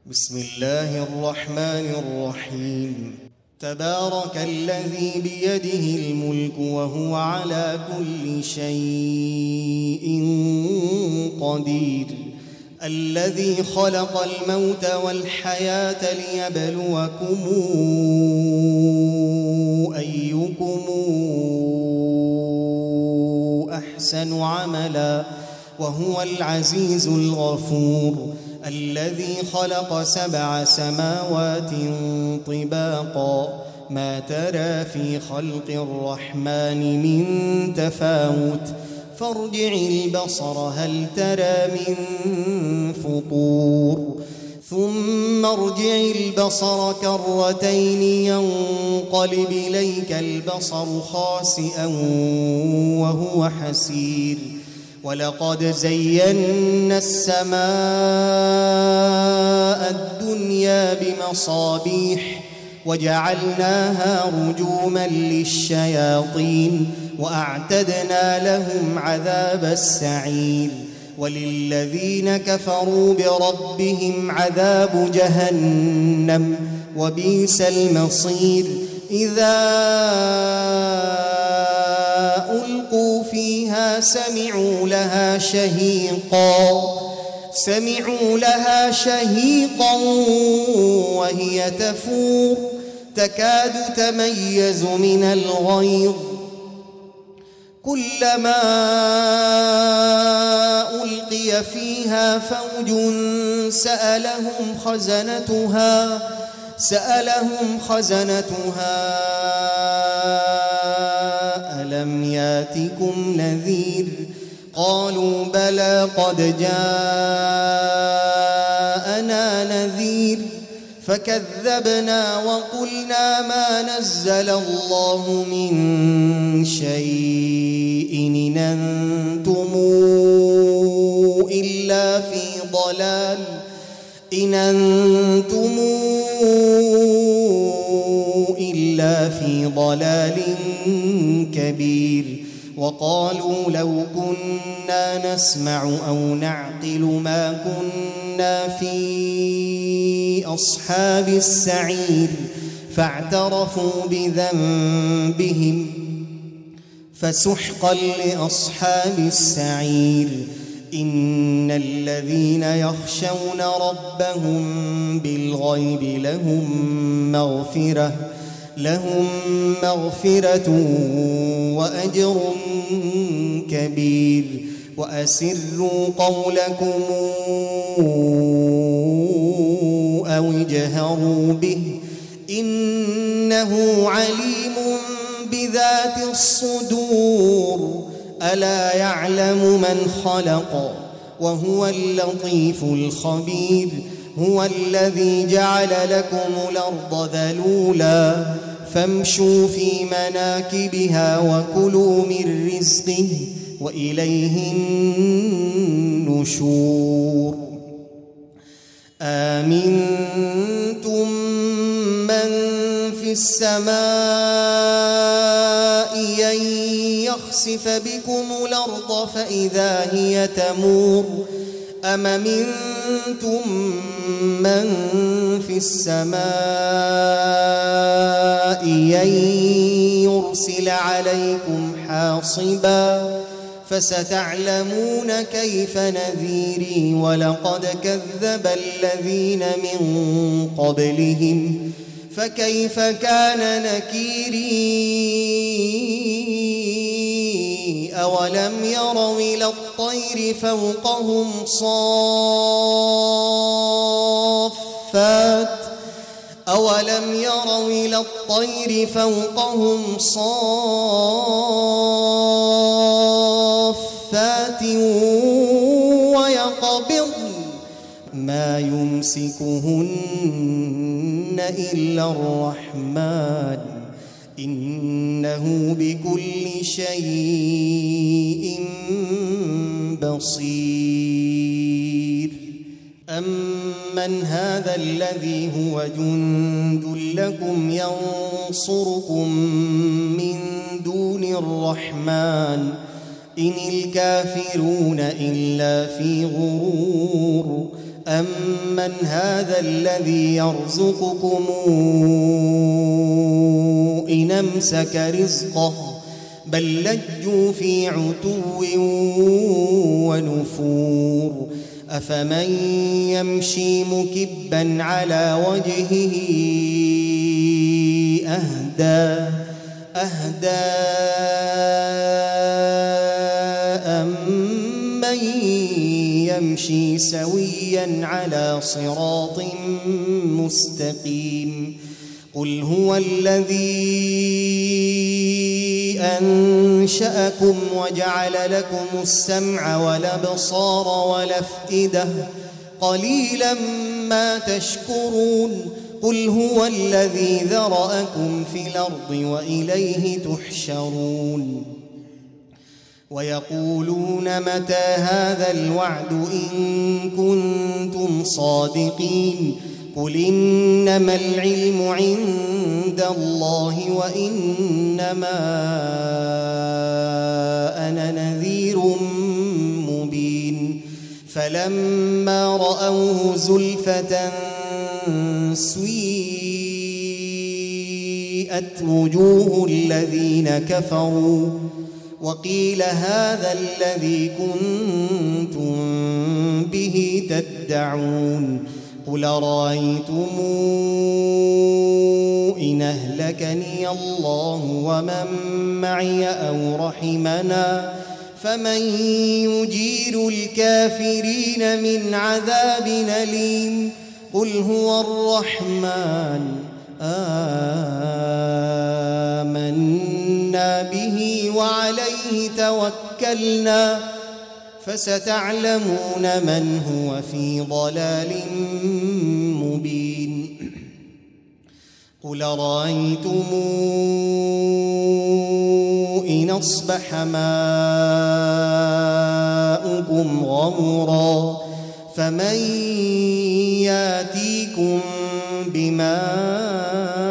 بسم الله الرحمن الرحيم. تبارك الذي بيده الملك وهو على كل شيء قدير، الذي خلق الموت والحياة ليبلوكم أيكم أحسن عملا وهو العزيز الغفور، الذي خلق 7 سماوات طباقا ما ترى في خلق الرحمن من تفاوت فارجع البصر هل ترى من فطور ثم ارجع البصر كرتين ينقلب إليك البصر خاسئا وهو حسير، ولقد زينا السماء الدنيا بمصابيح وجعلناها رجوما للشياطين وأعتدنا لهم عذاب السعير، وللذين كفروا بربهم عذاب جهنم وبئس المصير. إذا ألقوا فيها سمعوا لها شهيقا وهي تفور تكاد تميز من الغيظ، كلما ألقي فيها فوج سألهم خزنتها ألم ياتكم نذير؟ قالوا بلى قد جاءنا نذير فكذبنا وقلنا ما نزل الله من شيء إن أنتم إلا في ضلال كبير. وقالوا لو كنا نسمع أو نعقل ما كنا في أصحاب السعير فاعترفوا بذنبهم فسحقا لأصحاب السعير. إن الذين يخشون ربهم بالغيب لهم مغفرة وأجر كبير. وأسروا قولكم أو اجهروا به إنه عليم بذات الصدور. ألا يعلم من خلق وهو اللطيف الخبير. هو الذي جعل لكم الأرض ذلولا فامشوا في مناكبها وكلوا من رزقه وإليه النشور. آمنتم من في السماء أن يخسف بكم الأرض فإذا هي تمور أم منتم من في السماء أن يرسل عليكم حاصبا فستعلمون كيف نذيري. ولقد كذب الذين من قبلهم فكيف كان نكيري. أولم يروا إلى الطير فوقهم صافات ويقبضن ما يمسكهن إلا الرحمن إنه بكل شيء بصير. أمن هذا الذي هو جند لكم ينصركم من دون الرحمن إن الكافرون إلا في غرور. أمن هذا الذي يرزقكم إن أمسك رزقه بل لجوا في عتو ونفور أفمن يمشي مكبا على وجهه أهدى أمن يمشي سويا على صراط مستقيم قل هو الذي أنشأكم وجعل لكم السمع والأبصار والأفئدة قليلا ما تشكرون قل هو الذي ذرأكم في الأرض وإليه تحشرون ويقولون متى هذا الوعد إن كنتم صادقين قل إنما العلم عند الله وإنما أنا نذير مبين فلما رأوه زلفة سيئت وجوه الذين كفروا وقيل هذا الذي كنتم به تدعون قل رأيتم إن أهلكني الله ومن معي أو رحمنا فمن يجير الكافرين من عذاب أليم قل هو الرحمن آمنا به وعليه توكلنا فستعلمون من هو في ضلال مبين قل رأيتم إن أصبح ماؤكم غورا فمن يأتيكم بماء